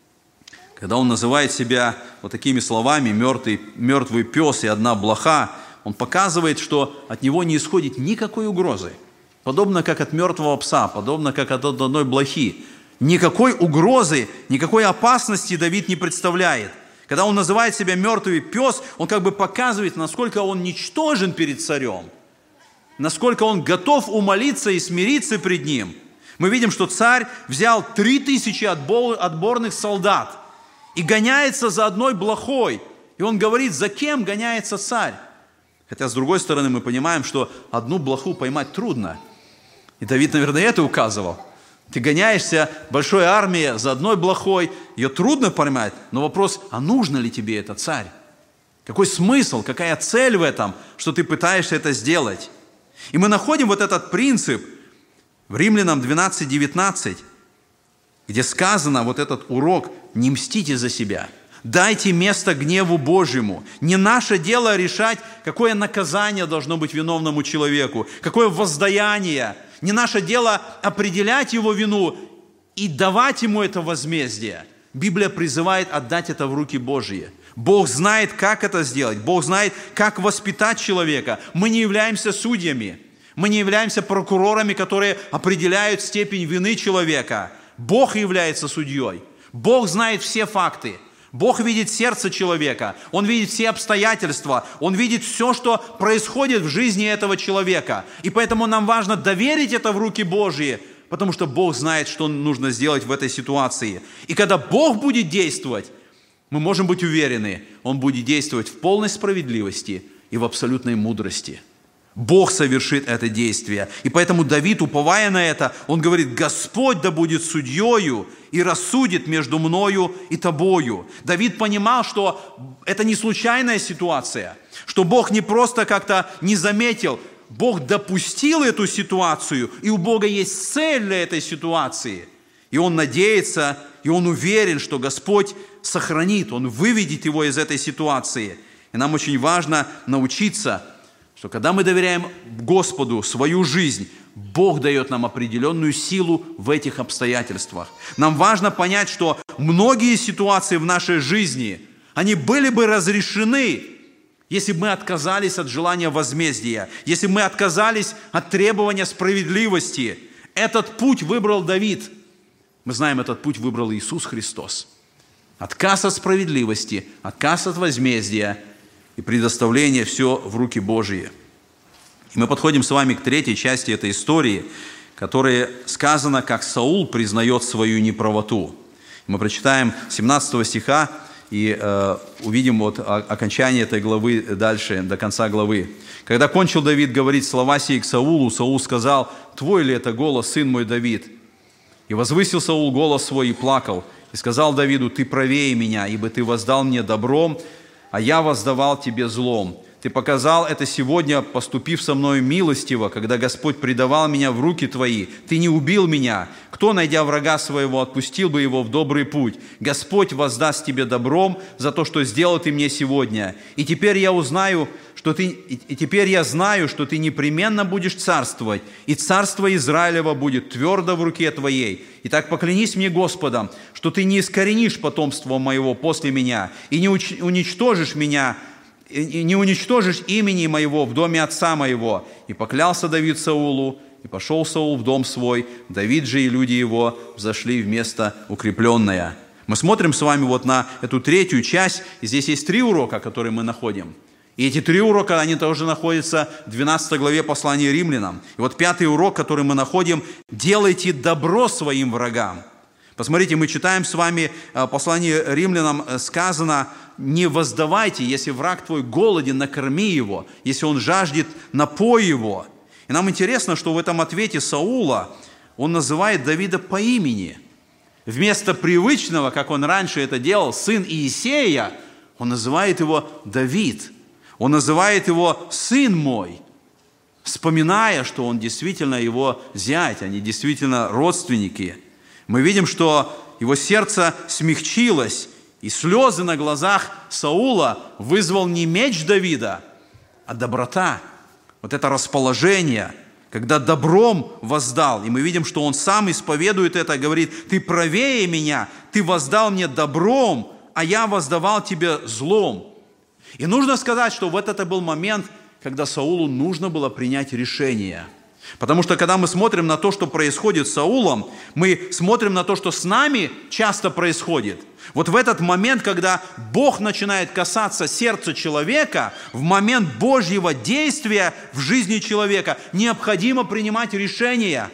Когда он называет себя вот такими словами, мертвый, мертвый пес и одна блоха, он показывает, что от него не исходит никакой угрозы. Подобно как от мертвого пса, подобно как от одной блохи. Никакой угрозы, никакой опасности Давид не представляет. Когда он называет себя мертвый пес, он как бы показывает, насколько он ничтожен перед царем, насколько он готов умолиться и смириться пред ним. Мы видим, что царь взял три тысячи отборных солдат и гоняется за одной блохой. И он говорит, за кем гоняется царь? Хотя, с другой стороны, мы понимаем, что одну блоху поймать трудно. И Давид, наверное, это указывал. Ты гоняешься большой армией за одной блохой, ее трудно поймать, но вопрос, а нужно ли тебе это, царь? Какой смысл, какая цель в этом, что ты пытаешься это сделать? И мы находим вот этот принцип в Римлянам двенадцать девятнадцать, где сказано вот этот урок «Не мстите за себя». Дайте место гневу Божьему. Не наше дело решать, какое наказание должно быть виновному человеку, какое воздаяние. Не наше дело определять его вину и давать ему это возмездие. Библия призывает отдать это в руки Божьи. Бог знает, как это сделать. Бог знает, как воспитать человека. Мы не являемся судьями. Мы не являемся прокурорами, которые определяют степень вины человека. Бог является судьей. Бог знает все факты. Бог видит сердце человека, Он видит все обстоятельства, Он видит все, что происходит в жизни этого человека. И поэтому нам важно доверить это в руки Божьи, потому что Бог знает, что нужно сделать в этой ситуации. И когда Бог будет действовать, мы можем быть уверены, Он будет действовать в полной справедливости и в абсолютной мудрости. Бог совершит это действие. И поэтому Давид, уповая на это, он говорит: «Господь да будет судьею и рассудит между мною и тобою». Давид понимал, что это не случайная ситуация, что Бог не просто как-то не заметил, Бог допустил эту ситуацию, и у Бога есть цель для этой ситуации. И он надеется, и он уверен, что Господь сохранит, Он выведет его из этой ситуации. И нам очень важно научиться, что когда мы доверяем Господу свою жизнь, Бог дает нам определенную силу в этих обстоятельствах. Нам важно понять, что многие ситуации в нашей жизни, они были бы разрешены, если бы мы отказались от желания возмездия, если бы мы отказались от требования справедливости. Этот путь выбрал Давид. Мы знаем, этот путь выбрал Иисус Христос. Отказ от справедливости, отказ от возмездия и предоставление все в руки Божьи. И мы подходим с вами к третьей части этой истории, которая сказано, как Саул признает свою неправоту. Мы прочитаем семнадцатого стиха и э, увидим вот окончание этой главы дальше, до конца главы. «Когда кончил Давид говорить слова сии к Саулу, Саул сказал: „Твой ли это голос, сын мой Давид?“ И возвысил Саул голос свой и плакал. И сказал Давиду: „Ты правее меня, ибо ты воздал мне добром, а я воздавал тебе злом. Ты показал это сегодня, поступив со мною милостиво, когда Господь предавал меня в руки твои. Ты не убил меня. Кто, найдя врага своего, отпустил бы его в добрый путь? Господь воздаст тебе добром за то, что сделал ты мне сегодня. И теперь я узнаю, что ты, и теперь я знаю, что ты непременно будешь царствовать, и царство Израилева будет твердо в руке твоей. Итак, поклянись мне Господом, что ты не искоренишь потомство моего после меня, и не уничтожишь меня, и не уничтожишь имени моего в доме отца моего». И поклялся Давид Саулу, и пошел Саул в дом свой. Давид же и люди его взошли в место укрепленное. Мы смотрим с вами вот на эту третью часть, и здесь есть три урока, которые мы находим. И эти три урока, они тоже находятся в двенадцатой главе послания Римлянам. И вот пятый урок, который мы находим: «Делайте добро своим врагам». Посмотрите, мы читаем с вами послание Римлянам, сказано: «Не воздавайте, если враг твой голоден, накорми его, если он жаждет, напой его». И нам интересно, что в этом ответе Саула он называет Давида по имени. Вместо привычного, как он раньше это делал, сын Иисея, он называет его Давид. Он называет его «сын мой», вспоминая, что он действительно его зять, они действительно родственники. Мы видим, что его сердце смягчилось, и слезы на глазах Саула вызвал не меч Давида, а доброта. Вот это расположение, когда добром воздал. И мы видим, что он сам исповедует это, говорит: «Ты правее меня, ты воздал мне добром, а я воздавал тебе злом». И нужно сказать, что вот это был момент, когда Саулу нужно было принять решение. Потому что, когда мы смотрим на то, что происходит с Саулом, мы смотрим на то, что с нами часто происходит. Вот в этот момент, когда Бог начинает касаться сердца человека, в момент Божьего действия в жизни человека необходимо принимать решения.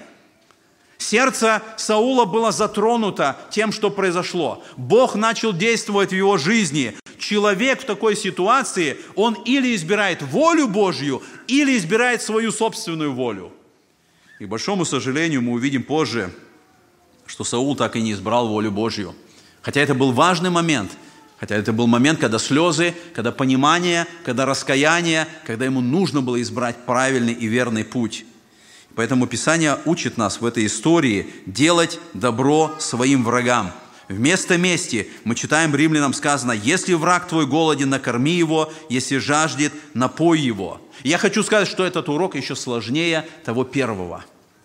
Сердце Саула было затронуто тем, что произошло. Бог начал действовать в его жизни. Человек в такой ситуации, он или избирает волю Божью, или избирает свою собственную волю. И, к большому сожалению, мы увидим позже, что Саул так и не избрал волю Божью. Хотя это был важный момент, хотя это был момент, когда слезы, когда понимание, когда раскаяние, когда ему нужно было избрать правильный и верный путь. Поэтому Писание учит нас в этой истории делать добро своим врагам. Вместо мести мы читаем Римлянам сказано: «Если враг твой голоден, накорми его, если жаждет, напой его». И я хочу сказать, что этот урок еще сложнее того первого.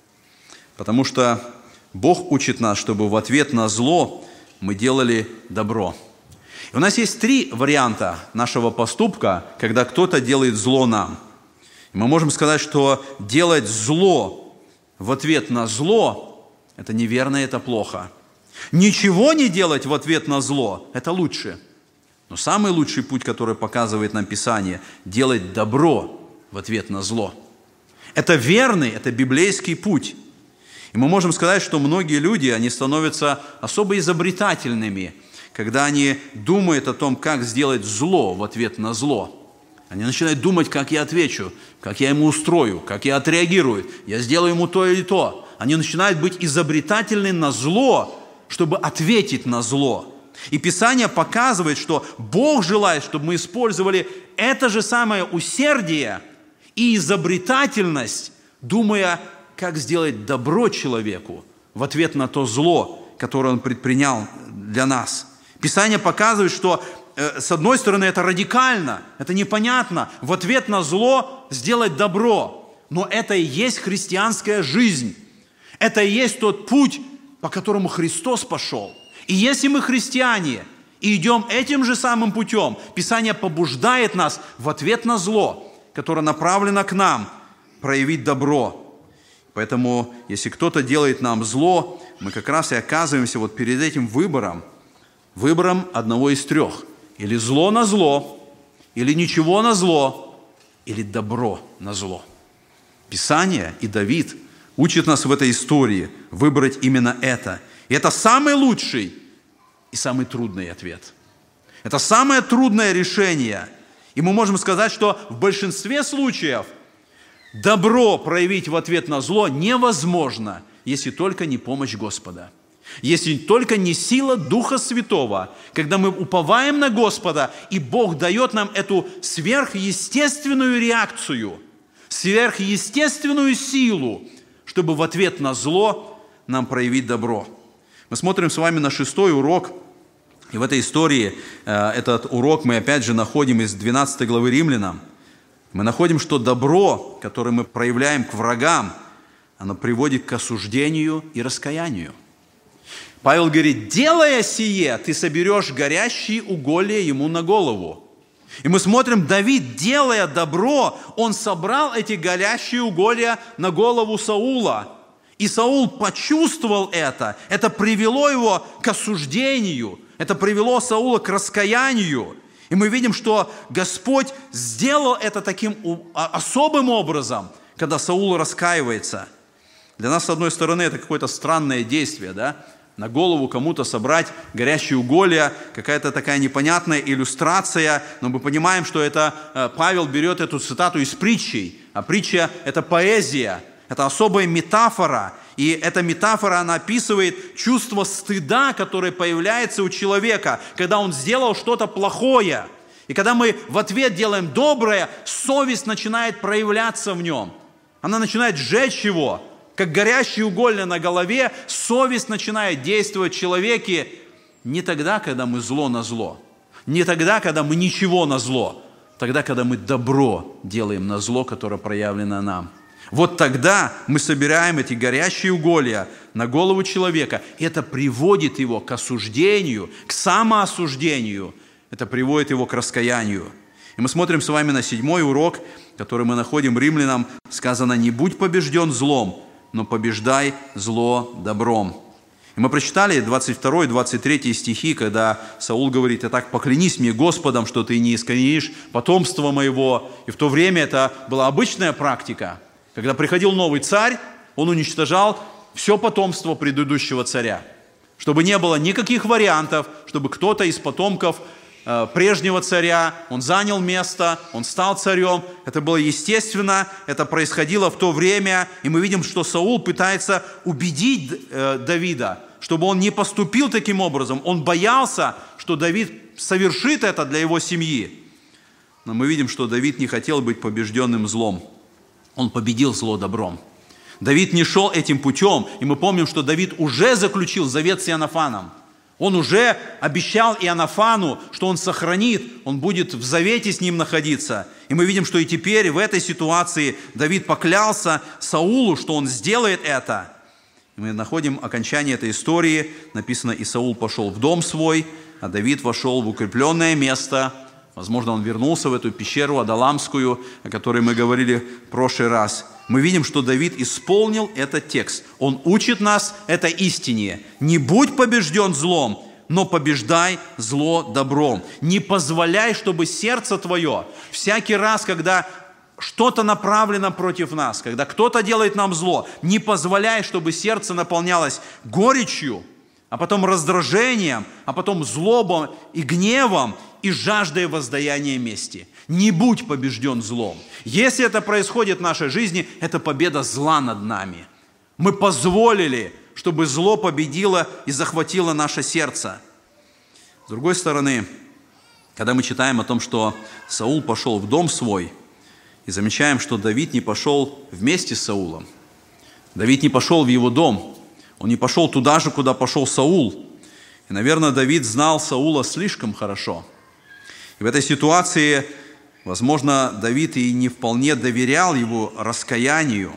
Потому что Бог учит нас, чтобы в ответ на зло мы делали добро. И у нас есть три варианта нашего поступка, когда кто-то делает зло нам. И мы можем сказать, что делать зло в ответ на зло – это неверно, это плохо. Ничего не делать в ответ на зло – это лучше. Но самый лучший путь, который показывает нам Писание – делать добро в ответ на зло. Это верный, это библейский путь. И мы можем сказать, что многие люди, они становятся особо изобретательными, когда они думают о том, как сделать зло в ответ на зло. Они начинают думать, как я отвечу, как я ему устрою, как я отреагирую, я сделаю ему то или то. Они начинают быть изобретательны на зло, чтобы ответить на зло. И Писание показывает, что Бог желает, чтобы мы использовали это же самое усердие и изобретательность, думая, как сделать добро человеку в ответ на то зло, которое он предпринял для нас. Писание показывает, что э, с одной стороны это радикально, это непонятно, в ответ на зло сделать добро. Но это и есть христианская жизнь. Это и есть тот путь, по которому Христос пошел. И если мы христиане и идем этим же самым путем, Писание побуждает нас в ответ на зло, которое направлено к нам, проявить добро. Поэтому, если кто-то делает нам зло, мы как раз и оказываемся вот перед этим выбором, выбором одного из трех. Или зло на зло, или ничего на зло, или добро на зло. Писание и Давид учат нас в этой истории выбрать именно это. И это самый лучший и самый трудный ответ. Это самое трудное решение. И мы можем сказать, что в большинстве случаев добро проявить в ответ на зло невозможно, если только не помощь Господа. Если только не сила Духа Святого, когда мы уповаем на Господа, и Бог дает нам эту сверхъестественную реакцию, сверхъестественную силу, чтобы в ответ на зло нам проявить добро. Мы смотрим с вами на шестой урок, и в этой истории э, этот урок мы опять же находим из двенадцатой главы Римлянам. Мы находим, что добро, которое мы проявляем к врагам, оно приводит к осуждению и раскаянию. Павел говорит, делая сие, ты соберешь горящие уголья ему на голову. И мы смотрим, Давид, делая добро, он собрал эти горящие уголья на голову Саула. И Саул почувствовал это, это привело его к осуждению, это привело Саула к раскаянию. И мы видим, что Господь сделал это таким особым образом, когда Саул раскаивается. Для нас, с одной стороны, это какое-то странное действие, да? На голову кому-то собрать горящие уголья, какая-то такая непонятная иллюстрация, но мы понимаем, что это Павел берет эту цитату из притчей, а притча – это поэзия, это особая метафора, и эта метафора, она описывает чувство стыда, которое появляется у человека, когда он сделал что-то плохое. И когда мы в ответ делаем доброе, совесть начинает проявляться в нем. Она начинает сжечь его, как горящие уголья на голове, совесть начинает действовать в человеке не тогда, когда мы зло на зло, не тогда, когда мы ничего на зло, тогда, когда мы добро делаем на зло, которое проявлено нам. Вот тогда мы собираем эти горящие уголья на голову человека, и это приводит его к осуждению, к самоосуждению, это приводит его к раскаянию. И мы смотрим с вами на седьмой урок, который мы находим Римлянам, сказано, не будь побежден злом, но побеждай зло добром. И мы прочитали двадцать второй и двадцать третий стихи, когда Саул говорит, «Итак, поклянись мне Господом, что ты не искоренишь потомство моего». И в то время это была обычная практика. Когда приходил новый царь, он уничтожал все потомство предыдущего царя, чтобы не было никаких вариантов, чтобы кто-то из потомков э, прежнего царя, он занял место, он стал царем. Это было естественно, это происходило в то время, и мы видим, что Саул пытается убедить э, Давида, чтобы он не поступил таким образом. Он боялся, что Давид совершит это для его семьи. Но мы видим, что Давид не хотел быть побежденным злом. Он победил зло добром. Давид не шел этим путем, и мы помним, что Давид уже заключил завет с Иоаннафаном. Он уже обещал Иоаннафану, что он сохранит, он будет в завете с ним находиться. И мы видим, что и теперь в этой ситуации Давид поклялся Саулу, что он сделает это. И мы находим окончание этой истории. Написано, и Саул пошел в дом свой, а Давид вошел в укрепленное место. Возможно, он вернулся в эту пещеру Адаламскую, о которой мы говорили в прошлый раз. Мы видим, что Давид исполнил этот текст. Он учит нас этой истине. Не будь побежден злом, но побеждай зло добром. Не позволяй, чтобы сердце твое всякий раз, когда что-то направлено против нас, когда кто-то делает нам зло, не позволяй, чтобы сердце наполнялось горечью, а потом раздражением, а потом злобом и гневом, и жаждая воздаяния мести. Не будь побежден злом. Если это происходит в нашей жизни, это победа зла над нами. Мы позволили, чтобы зло победило и захватило наше сердце. С другой стороны, когда мы читаем о том, что Саул пошел в дом свой, и замечаем, что Давид не пошел вместе с Саулом. Давид не пошел в его дом. Он не пошел туда же, куда пошел Саул. И, наверное, Давид знал Саула слишком хорошо. И в этой ситуации, возможно, Давид и не вполне доверял его раскаянию.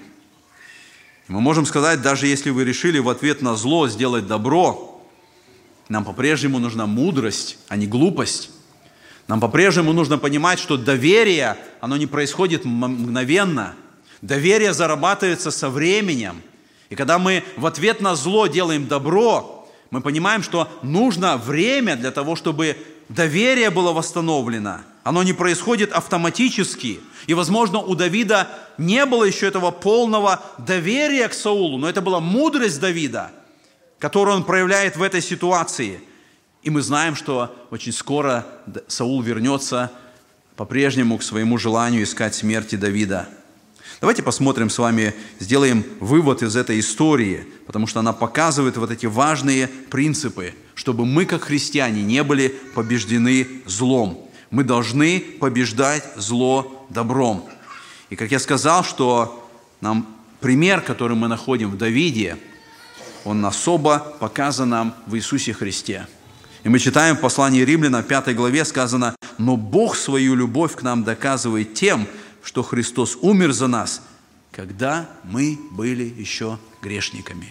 И мы можем сказать, даже если вы решили в ответ на зло сделать добро, нам по-прежнему нужна мудрость, а не глупость. Нам по-прежнему нужно понимать, что доверие, оно не происходит мгновенно. Доверие зарабатывается со временем. И когда мы в ответ на зло делаем добро, мы понимаем, что нужно время для того, чтобы доверие было восстановлено. Оно не происходит автоматически. И, возможно, у Давида не было еще этого полного доверия к Саулу, но это была мудрость Давида, которую он проявляет в этой ситуации. И мы знаем, что очень скоро Саул вернется по-прежнему к своему желанию искать смерти Давида. Давайте посмотрим с вами, сделаем вывод из этой истории, потому что она показывает вот эти важные принципы, чтобы мы, как христиане, не были побеждены злом. Мы должны побеждать зло добром. И как я сказал, что нам пример, который мы находим в Давиде, он особо показан нам в Иисусе Христе. И мы читаем в послании Римлянам, в пятой главе сказано: «Но Бог свою любовь к нам доказывает тем, что Христос умер за нас, когда мы были еще грешниками».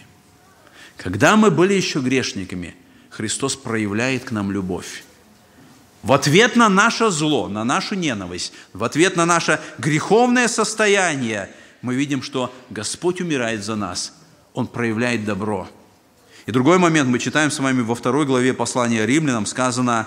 Когда мы были еще грешниками, Христос проявляет к нам любовь. В ответ на наше зло, на нашу ненависть, в ответ на наше греховное состояние, мы видим, что Господь умирает за нас. Он проявляет добро. И другой момент, мы читаем с вами во второй главе послания Римлянам, сказано: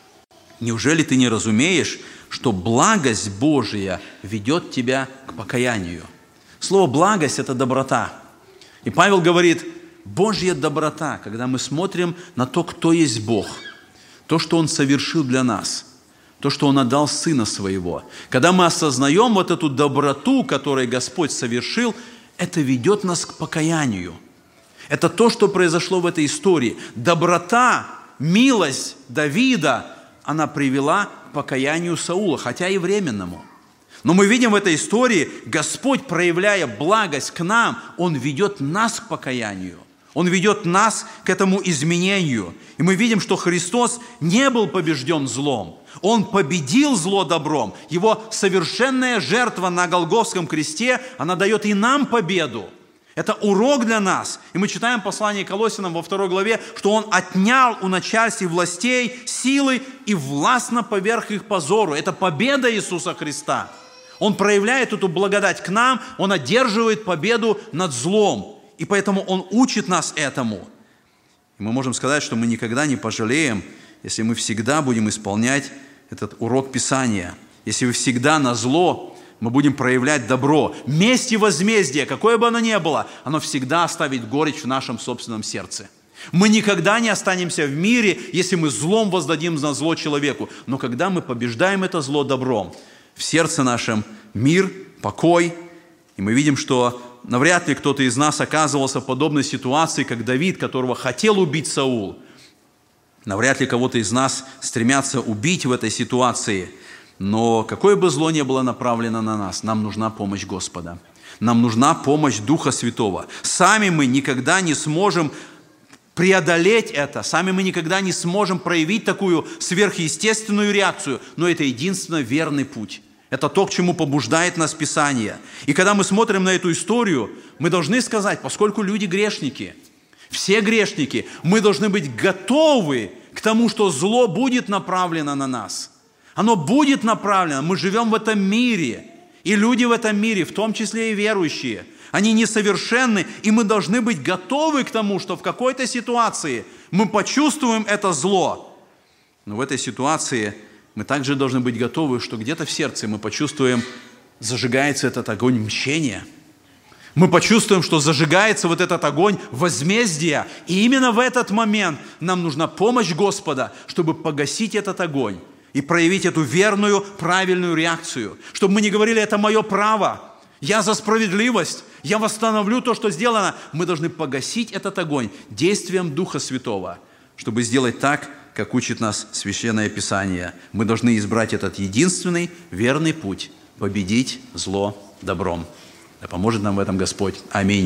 «Неужели ты не разумеешь, что благость Божия ведет тебя к покаянию?» Слово «благость» – это доброта. И Павел говорит, Божья доброта, когда мы смотрим на то, кто есть Бог, то, что Он совершил для нас, то, что Он отдал Сына Своего. Когда мы осознаем вот эту доброту, которую Господь совершил, это ведет нас к покаянию. Это то, что произошло в этой истории. Доброта, милость Давида, она привела к покаянию Саула, хотя и временному. Но мы видим в этой истории, Господь, проявляя благость к нам, Он ведет нас к покаянию. Он ведет нас к этому изменению. И мы видим, что Христос не был побежден злом. Он победил зло добром. Его совершенная жертва на Голгофском кресте, она дает и нам победу. Это урок для нас. И мы читаем послание Колоссянам во второй главе, что Он отнял у начальств и властей силы и властно поверх их позору. Это победа Иисуса Христа. Он проявляет эту благодать к нам, Он одерживает победу над злом. И поэтому Он учит нас этому. И мы можем сказать, что мы никогда не пожалеем, если мы всегда будем исполнять этот урок Писания. Если всегда на зло мы будем проявлять добро. Месть и возмездие, какое бы оно ни было, оно всегда оставит горечь в нашем собственном сердце. Мы никогда не останемся в мире, если мы злом воздадим на зло человеку. Но когда мы побеждаем это зло добром, в сердце нашем мир, покой. И мы видим, что навряд ли кто-то из нас оказывался в подобной ситуации, как Давид, которого хотел убить Саул. Навряд ли кого-то из нас стремятся убить в этой ситуации. Но какое бы зло ни было направлено на нас, нам нужна помощь Господа. Нам нужна помощь Духа Святого. Сами мы никогда не сможем преодолеть это. Сами мы никогда не сможем проявить такую сверхъестественную реакцию. Но это единственно верный путь. Это то, к чему побуждает нас Писание. И когда мы смотрим на эту историю, мы должны сказать, поскольку люди грешники, все грешники, мы должны быть готовы к тому, что зло будет направлено на нас. Оно будет направлено. Мы живем в этом мире. И люди в этом мире, в том числе и верующие, они несовершенны, и мы должны быть готовы к тому, что в какой-то ситуации мы почувствуем это зло. Но в этой ситуации мы также должны быть готовы, что где-то в сердце мы почувствуем, зажигается этот огонь мщения. Мы почувствуем, что зажигается вот этот огонь возмездия. И именно в этот момент нам нужна помощь Господа, чтобы погасить этот огонь. и проявить эту верную, правильную реакцию. Чтобы мы не говорили, это мое право, я за справедливость, я восстановлю то, что сделано. Мы должны погасить этот огонь действием Духа Святого, чтобы сделать так, как учит нас Священное Писание. Мы должны избрать этот единственный верный путь – победить зло добром. Да поможет нам в этом Господь. Аминь.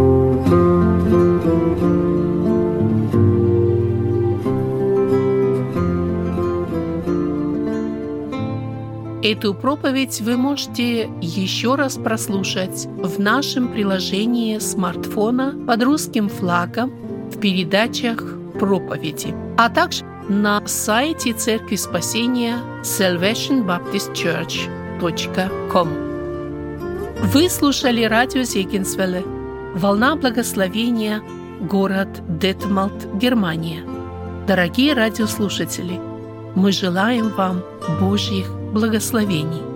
Эту проповедь вы можете еще раз прослушать в нашем приложении смартфона под русским флагом в передачах проповеди, а также на сайте Церкви Спасения salvation baptist church точка ком. Вы слушали радио Зегенсвелле, «Волна благословения», город Детмалт, Германия. Дорогие радиослушатели, мы желаем вам Божьих благословений.